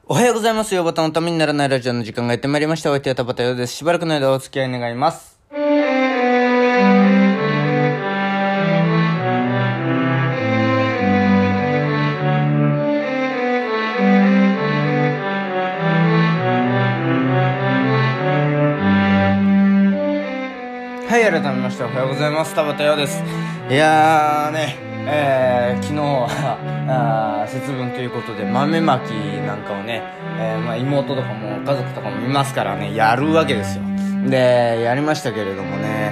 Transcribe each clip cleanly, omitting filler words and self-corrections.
おはようございます。よボタンのためにならないラジオの時間がやってまいりました。お相手は田畑洋です。しばらくの間お付き合い願います。はい、改めましておはようございます。田畑洋です。いやーね、昨日は節分ということで豆まきなんかをね、妹とかも家族とかもいますからね、やるわけですよ。で、やりましたけれどもね、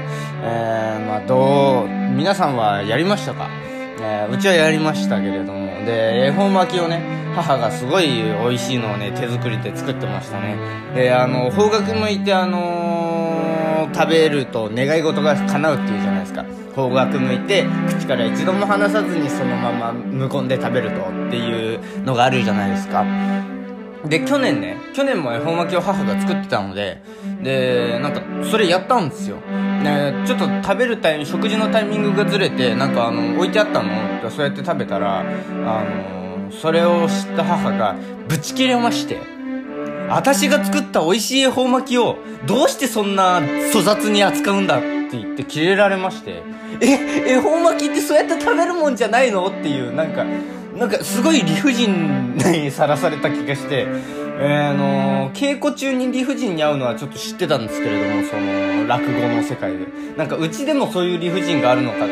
皆さんはやりましたか？うちはやりましたけれども、で、恵方巻きをね、母がすごい美味しいのをね、手作りで作ってましたね。で、方角向いて食べると願い事が叶うっていうじゃないですか。方角向いて口から一度も離さずにそのまま無言で食べるとっていうのがあるじゃないですか。で、去年も恵方巻きを母が作ってたので、なんかそれやったんですよ。ちょっと食事のタイミングがずれて、置いてあったのってそうやって食べたら、それを知った母がブチ切れまして、私が作った美味しい恵方巻きをどうしてそんな粗雑に扱うんだって言ってキレられまして、恵方巻きってそうやって食べるもんじゃないのっていう、なんかすごい理不尽にさらされた気がして、稽古中に理不尽に会うのはちょっと知ってたんですけれども、その落語の世界でうちでもそういう理不尽があるのかと思って、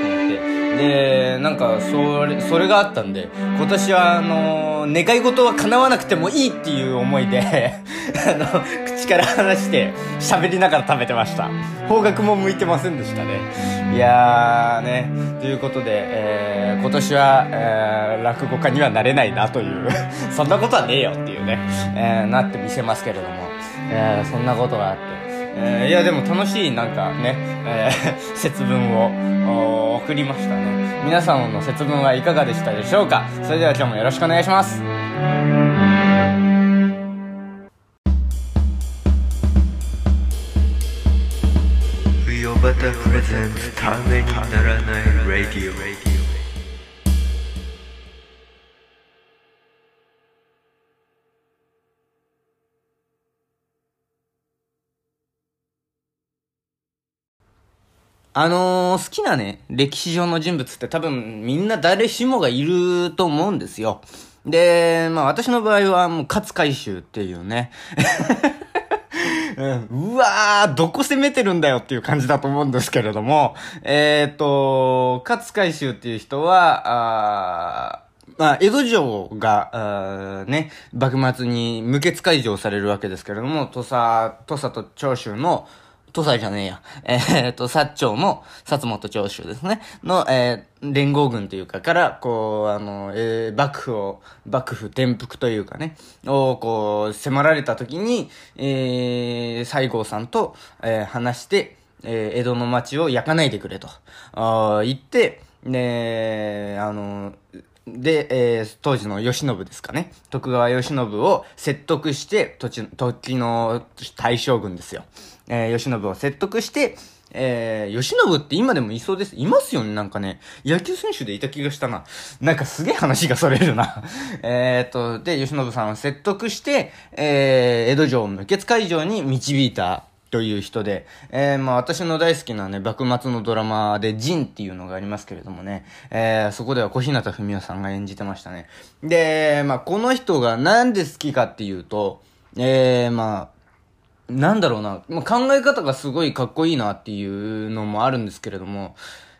で、それがあったんで、今年は願い事は叶わなくてもいいっていう思いで口から離して喋りながら食べてました。方角も向いてませんでしたね。いやーね、ということで、今年は、落語家にはなれないなというそんなことはねえよっていうね、なってみせますけれども、そんなことがあって、いやでも楽しい節分を送りましたね。皆さんの節分はいかがでしたでしょうか？それでは今日もよろしくお願いします。 ヨバタプレゼンツためにならないラディオ。 好きなね、歴史上の人物って多分みんな誰しもがいると思うんですよ。で、私の場合はもう勝海舟っていうね。うわー、どこ攻めてるんだよっていう感じだと思うんですけれども、勝海舟っていう人は、江戸城が、幕末に無血開城されるわけですけれども、土佐と長州の、土佐じゃねえや。薩長の、薩摩と長州ですね。の、連合軍というか、幕府転覆というかね、迫られた時に、西郷さんと、話して、江戸の町を焼かないでくれと、言って、当時の慶喜ですかね。徳川慶喜を説得して、時の大将軍ですよ。慶喜を説得して、慶喜って今でもいますよね、野球選手でいた気がしたな。すげえ話がそれるな。で、慶喜さんを説得して、江戸城を無血開城に導いたという人で、私の大好きなね、幕末のドラマで仁っていうのがありますけれどもね、そこでは小日向文世さんが演じてましたね。で、この人がなんで好きかっていうと、なんだろうな、考え方がすごいかっこいいなっていうのもあるんですけれども、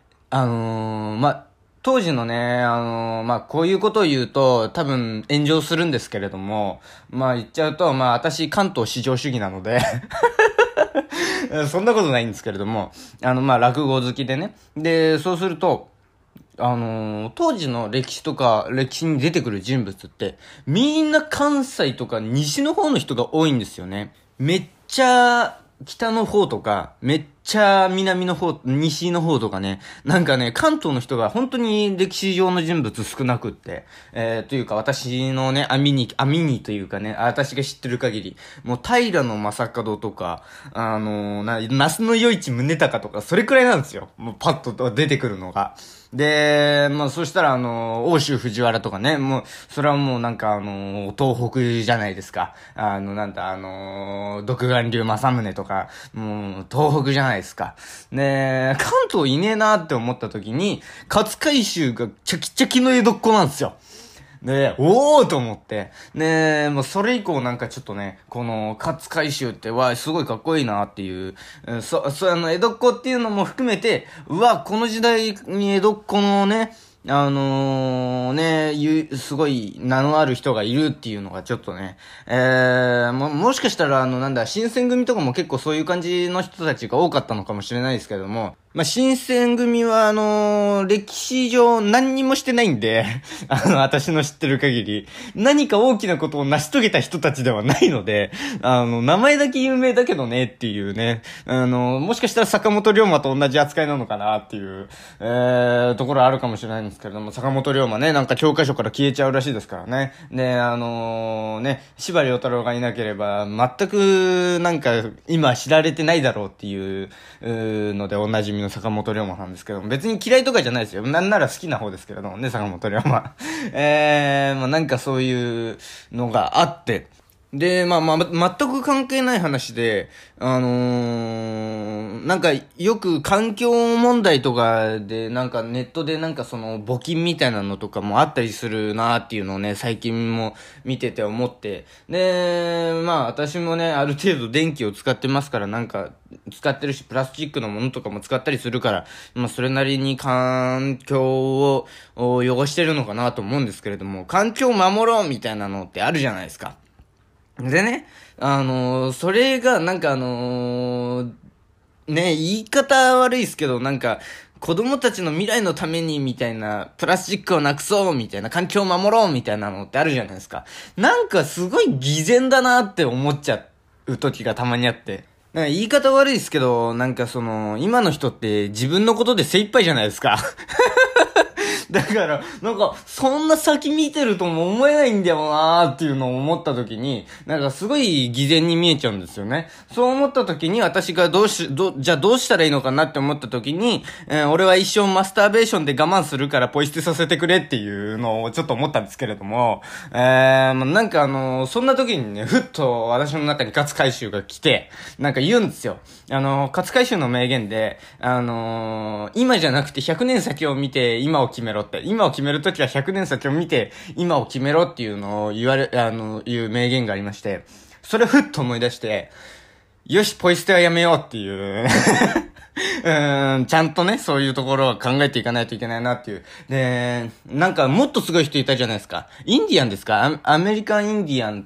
当時のね、こういうことを言うと多分炎上するんですけれども、言っちゃうと、私関東至上主義なので、そんなことないんですけれども、落語好きでね。で、そうすると、当時の歴史に出てくる人物って、みんな関西とか西の方の人が多いんですよね。めっちゃ北の方とか、めっちゃ南の方、西の方とかね、なんかね、関東の人が本当に歴史上の人物少なくって、というか私のね、網にというかね、私が知ってる限り、もう平野正門とか、那須与一宗隆とか、それくらいなんですよ。もうパッと出てくるのが。で、まあ、そしたら欧州藤原とかね、もう、それはもうなんか東北じゃないですか。独眼竜正宗とか、もう、東北じゃないですか。で、関東いねえなって思った時に、勝海舟がチャキチャキの江戸っ子なんですよ。で、おーと思って。で、もうそれ以降なんかちょっとね、この、勝海舟って、すごいかっこいいなっていう、江戸っ子っていうのも含めて、この時代に江戸っ子のね、すごい名のある人がいるっていうのがちょっとね、もしかしたら新選組とかも結構そういう感じの人たちが多かったのかもしれないですけども、まあ、新選組は歴史上何にもしてないんで、私の知ってる限り、何か大きなことを成し遂げた人たちではないので、名前だけ有名だけどねっていうね、もしかしたら坂本龍馬と同じ扱いなのかなっていう、ところあるかもしれないんですけれども、坂本龍馬ね、なんか教科書から消えちゃうらしいですからね。で、司馬遼太郎がいなければ、全く、なんか、今知られてないだろうっていうので、おなじみの坂本龍馬なんですけども、別に嫌いとかじゃないですよ。なんなら好きな方ですけれどもね、坂本龍馬。まあなんかそういうのがあって、で、まあ、全く関係ない話で、なんか、よく環境問題とかで、なんかネットでなんかその募金みたいなのとかもあったりするなっていうのをね、最近も見てて思って、で、まあ私もね、ある程度電気を使ってますから、なんか、使ってるし、プラスチックのものとかも使ったりするから、まあそれなりに環境を汚してるのかなと思うんですけれども、環境を守ろうみたいなのってあるじゃないですか。でね、それが、なんか言い方悪いですけど、なんか、子供たちの未来のためにみたいな、プラスチックをなくそうみたいな、環境を守ろうみたいなのってあるじゃないですか。なんかすごい偽善だなって思っちゃう時がたまにあって。なんか言い方悪いですけど、なんか今の人って自分のことで精一杯じゃないですか。だから、なんか、そんな先見てるとも思えないんだよなーっていうのを思った時に、なんかすごい偽善に見えちゃうんですよね。そう思った時に私がじゃあどうしたらいいのかなって思った時に、俺は一生マスターベーションで我慢するからポイ捨てさせてくれっていうのをちょっと思ったんですけれども、なんかそんな時にね、ふっと私の中に勝海舟が来て、なんか言うんですよ。勝海舟の名言で、今じゃなくて100年先を見て今を決めろって。今を決めるときは100年先を見て今を決めろっていうのをいう名言がありまして、それをふっと思い出して、よし、ポイ捨てはやめようっていうちゃんとね、そういうところは考えていかないといけないなっていう。で、なんかもっとすごい人いたじゃないですか。インディアンですか？アメリカンインディアンって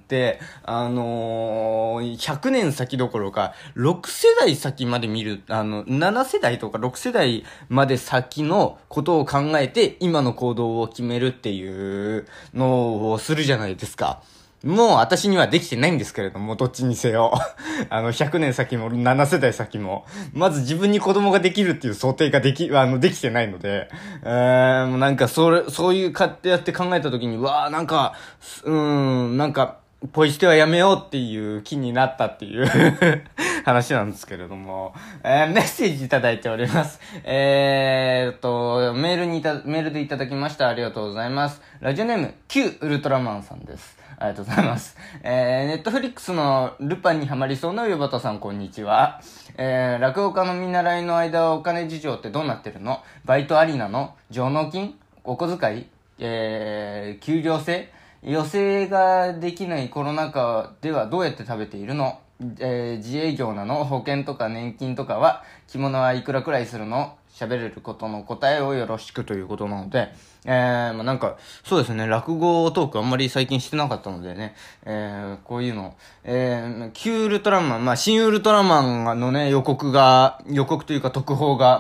、100年先どころか、6世代先まで見る、7世代とか6世代まで先のことを考えて、今の行動を決めるっていうのをするじゃないですか。もう私にはできてないんですけれども、どっちにせよ。100年先も7世代先も、まず自分に子供ができるっていう想定ができてないので、なんかそういうやって考えたときに、なんか、なんか、ポイ捨てはやめようっていう気になったっていう話なんですけれども、メッセージいただいております。メールでいただきました。ありがとうございます。ラジオネーム、旧ウルトラマンさんです。ありがとうございます。ネットフリックスのルパンにハマりそうなウヨバタさん、こんにちは。落語家の見習いの間はお金事情ってどうなってるの？バイトありなの？上納金？お小遣い？給料制？予定ができないコロナ禍ではどうやって食べているの？自営業なの？保険とか年金とかは？着物はいくらくらいするの？喋れることの答えをよろしくということなので、なんか、そうですね、落語トークあんまり最近してなかったのでね、こういうの、旧ウルトラマン、新ウルトラマンのね、予告というか特報が、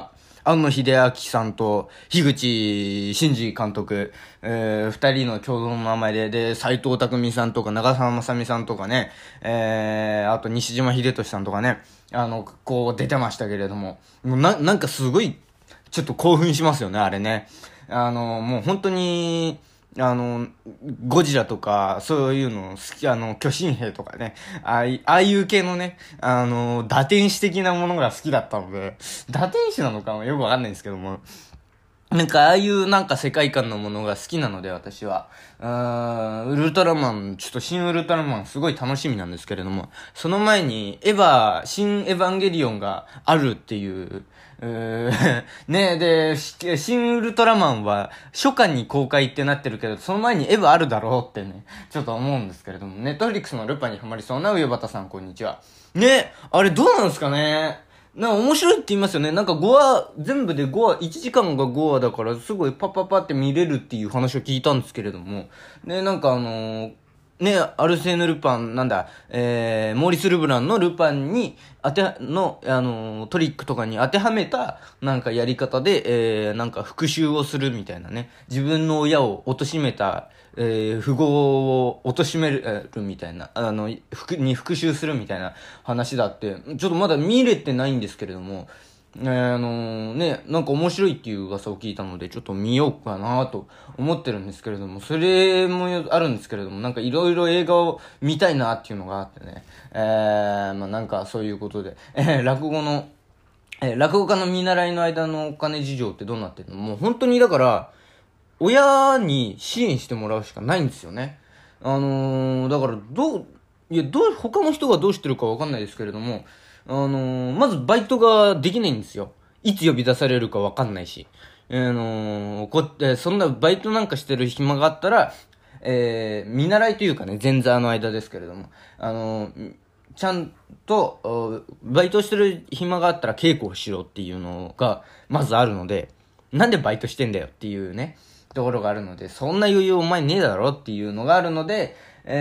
庵野秀明さんと、樋口真嗣監督、二人の共同の名前で、斎藤工さんとか、長澤まさみさんとかね、あと西島秀俊さんとかね、こう出てましたけれども、なんかすごい、ちょっと興奮しますよね、あれね。もう本当に、ゴジラとか、そういうの好き、巨神兵とかね、ああいう系のね、打天使的なものが好きだったので、打天使なのかもよくわかんないんですけども、なんか、ああいうなんか世界観のものが好きなので、私は。ウルトラマン、ちょっと新ウルトラマンすごい楽しみなんですけれども、その前に、新エヴァンゲリオンがあるっていう、ねで、新ウルトラマンは初夏に公開ってなってるけど、その前にエヴァあるだろうってね、ちょっと思うんですけれども、ネットフリックスのルパンにハマりそうな上端さん、こんにちは。ね、あれどうなんですかね。なんか面白いって言いますよね。なんか5話、全部で5話、1時間が5話だから、すごいパッパッパって見れるっていう話を聞いたんですけれども。ね、なんかね、アルセーヌ・ルパン、なんだ、モーリス・ルブランのルパンに、トリックとかに当てはめた、なんかやり方で、なんか復讐をするみたいなね。自分の親を貶めた、富豪を貶めるみたいな、復讐するみたいな話だって、ちょっとまだ見れてないんですけれども、ね、なんか面白いっていう噂を聞いたので、ちょっと見ようかなと思ってるんですけれども、それもあるんですけれども、なんかいろいろ映画を見たいなっていうのがあってね、まあなんかそういうことで、落語家の見習いの間のお金事情ってどうなってるの？もう本当にだから、親に支援してもらうしかないんですよね。だから他の人がどうしてるかわかんないですけれども、まずバイトができないんですよ。いつ呼び出されるかわかんないし。そんなバイトなんかしてる暇があったら、見習いというかね、前座の間ですけれども、ちゃんと、バイトしてる暇があったら稽古をしろっていうのが、まずあるので、なんでバイトしてんだよっていうね、ところがあるので、そんな余裕お前ねえだろっていうのがあるので、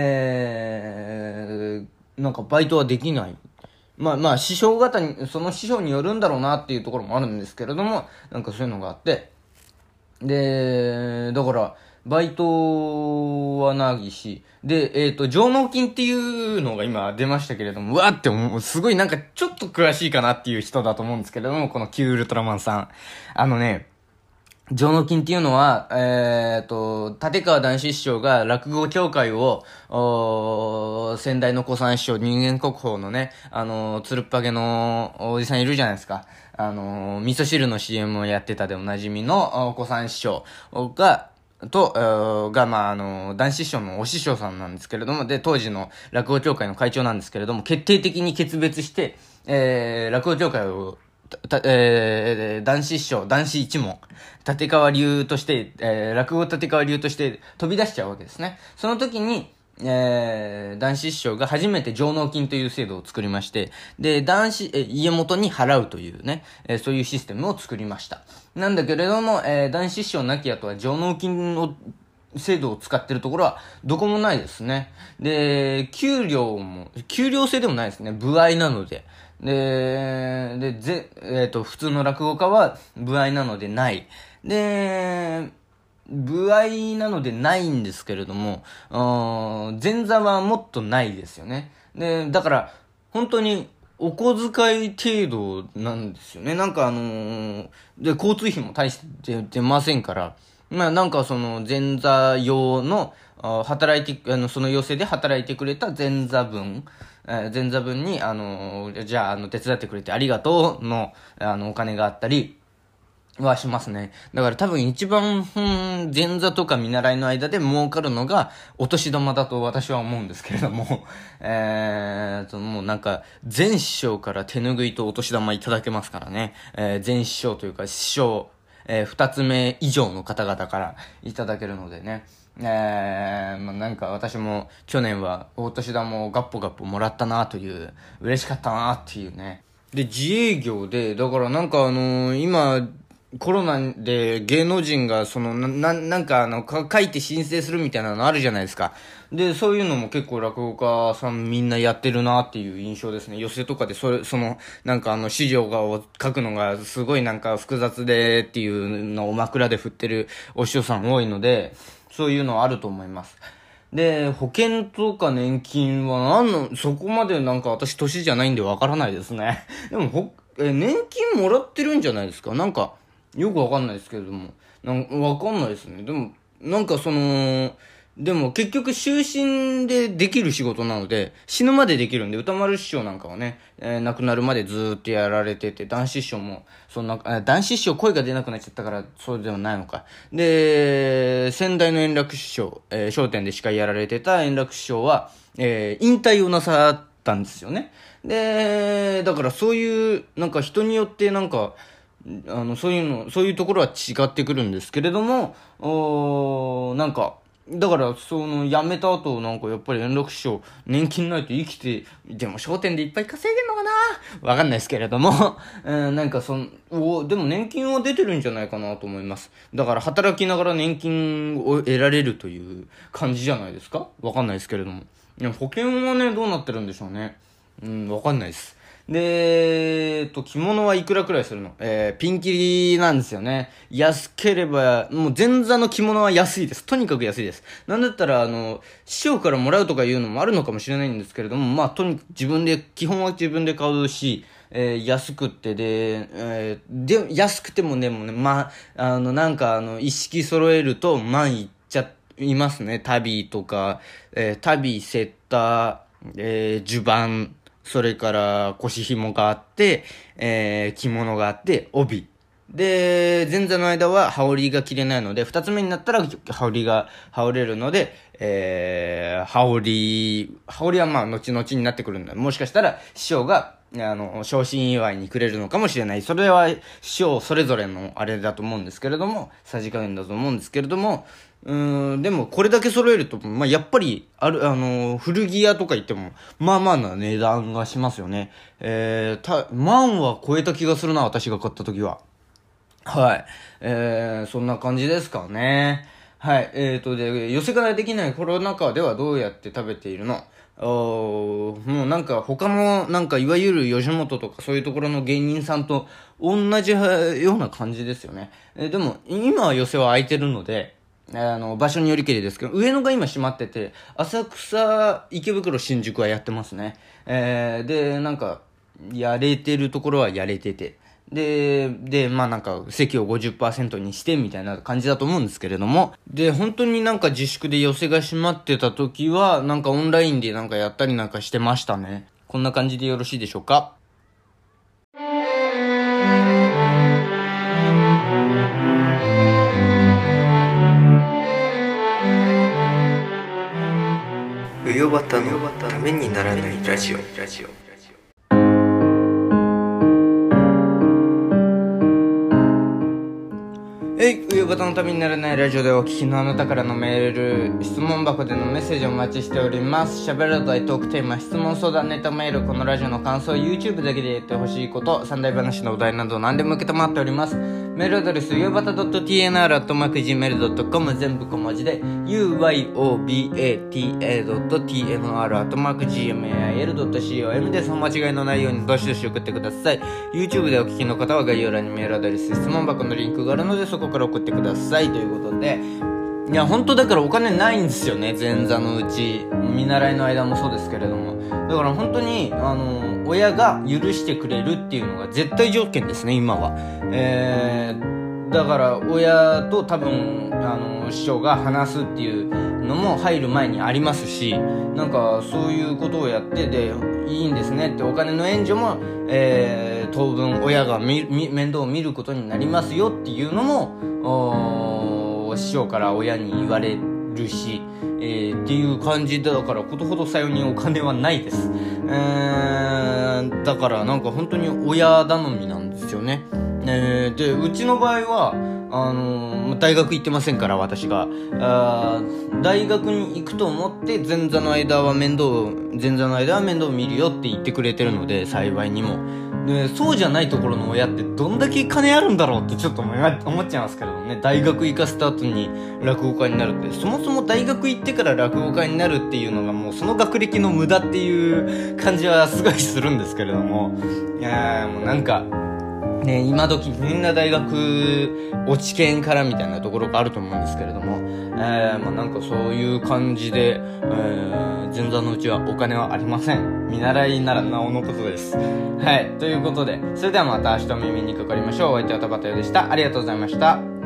なんかバイトはできない。まあ、師匠方に、その師匠によるんだろうなっていうところもあるんですけれども、なんかそういうのがあって、で、だから、バイトはないし、で、上納金っていうのが今出ましたけれども、うわーって思う、すごいなんかちょっと詳しいかなっていう人だと思うんですけれども、この旧ウルトラマンさん。上納金っていうのは、立川談志師匠が落語協会を、先代の古参師匠、人間国宝のね、つるっぱげのおじさんいるじゃないですか。味噌汁の CM をやってたでおなじみの古参師匠が、談志師匠のお師匠さんなんですけれども、で、当時の落語協会の会長なんですけれども、決定的に決別して、落語協会を談志師匠、談志一門、立川流として、落語立川流として飛び出しちゃうわけですね。その時に、談志師匠が初めて上納金という制度を作りまして、で、家元に払うというね、そういうシステムを作りました。なんだけれども、談志師匠なき後は上納金の制度を使ってるところはどこもないですね。で、給料制でもないですね。歩合なので。普通の落語家は歩合なのでない。で、歩合なのでないんですけれども、前座はもっとないですよね。で、だから、本当に、お小遣い程度なんですよね。なんかで、交通費も大して出ませんから、まあなんかその前座用の、その要請で働いてくれた前座分に、じゃあ、手伝ってくれてありがとうの、お金があったりはしますね。だから多分一番、前座とか見習いの間で儲かるのが、お年玉だと私は思うんですけれども、もうなんか、前師匠から手拭いとお年玉いただけますからね。前師匠というか、師匠、二つ目以上の方々からいただけるのでね。なんか私も去年はお年玉をガッポガッポもらったなという、嬉しかったなっていうね。で、自営業で、だからなんか今、コロナで芸能人がなんか書いて申請するみたいなのあるじゃないですか。 で、そういうのも結構落語家さんみんなやってるなっていう印象ですね。寄席とかでなんか資料を書くのがすごいなんか複雑でっていうのを枕で振ってるお師匠さん多いので、そういうのあると思います。で、保険とか年金はそこまでなんか私年じゃないんでわからないですね。でも年金もらってるんじゃないですか？なんか、よくわかんないですけれども。わかんないですね。でも、なんかでも結局終身でできる仕事なので、死ぬまでできるんで、歌丸師匠なんかはね、亡くなるまでずーっとやられてて、男子師匠も、男子師匠声が出なくなっちゃったから、そうではないのか。で、先代の円楽師匠、笑点で司会やられてた円楽師匠は、引退をなさったんですよね。で、だからそういう、なんか人によってなんか、そういうところは違ってくるんですけれども、なんか、だから、辞めた後、なんかやっぱり円楽師匠、年金ないと生きて、でも笑点でいっぱい稼いでんのかなわかんないですけれども、なんかでも年金は出てるんじゃないかなと思います。だから働きながら年金を得られるという感じじゃないですか？わかんないですけれども。いや、保険はね、どうなってるんでしょうね。わかんないです。で、着物はいくらくらいするの？ピンキリなんですよね。安ければ、もう前座の着物は安いです。とにかく安いです。なんだったら、師匠からもらうとかいうのもあるのかもしれないんですけれども、まあ、とにかく基本は自分で買うし、安くって安くてもね、まあ、なんか一式揃えると万いっちゃいますね。足袋とか、足袋、セッター、襦袢、それから腰紐があって、着物があって、帯。で、前座の間は羽織が着れないので、二つ目になったら羽織が羽織れるので、羽織はまあ後々になってくるんだ。もしかしたら師匠が、昇進祝いにくれるのかもしれない。それは師匠それぞれのあれだと思うんですけれども、さじ加減だと思うんですけれども、でもこれだけ揃えると、まあ、やっぱり、古着屋とか行っても、まあまあな値段がしますよね。万は超えた気がするな、私が買った時は。はい。そんな感じですかね。はい。で、寄せができないコロナ禍ではどうやって食べているの？もうなんか他のなんかいわゆる吉本とかそういうところの芸人さんと同じような感じですよね。でも今は寄せは空いてるので、場所によりけりですけど、上野が今閉まってて、浅草、池袋、新宿はやってますね。で、なんか、やれてるところはやれてて、で、まあなんか席を 50% にしてみたいな感じだと思うんですけれども。で、本当になんか自粛で寄せが閉まってた時は、なんかオンラインでなんかやったりなんかしてましたね。こんな感じでよろしいでしょうか？ うよばたのためにならないラジオ。 うよばたのためにならないラジオでお聞きのあなたからのメール、質問箱でのメッセージをお待ちしております。喋るとトークテーマ、質問相談、ネタメール、このラジオの感想、YouTube だけでやってほしいこと、三大話のお題など何でも受けたまっております。メールアドレス、うよばた .tnr@gmail.com、 全部小文字で uyobata.tnr@gmail.com です。お間違いのないようにどしどし送ってください。YouTube でお聞きの方は概要欄にメールアドレス、質問箱のリンクがあるのでそこから送ってくださいということで、いや本当だからお金ないんですよね、前座のうち。見習いの間もそうですけれども、だから本当に親が許してくれるっていうのが絶対条件ですね、今は。だから親と多分師匠が話すっていうのも入る前にありますし、なんかそういうことをやってでいいんですねって、お金の援助も、当分親が面倒を見ることになりますよっていうのも師匠から親に言われるし、っていう感じだから、ことほどさようにお金はないです。だからなんか本当に親頼みなんですよね。で、うちの場合は大学行ってませんから、私が大学に行くと思って前座の間は面倒を見るよって言ってくれてるので、幸いにも。 そうじゃないところの親ってどんだけ金あるんだろうってちょっと思っちゃいますけどね。大学行かせた後に落語家になるって、そもそも大学行ってから落語家になるっていうのがもうその学歴の無駄っていう感じはすごいするんですけれども、いやもうなんかね、今時みんな大学落ち研からみたいなところがあると思うんですけれども、なんかそういう感じで、前座のうちはお金はありません。見習いならなおのことです。はい、ということで、それではまた明日お耳にかかりましょう。お相手は田畑でした。ありがとうございました。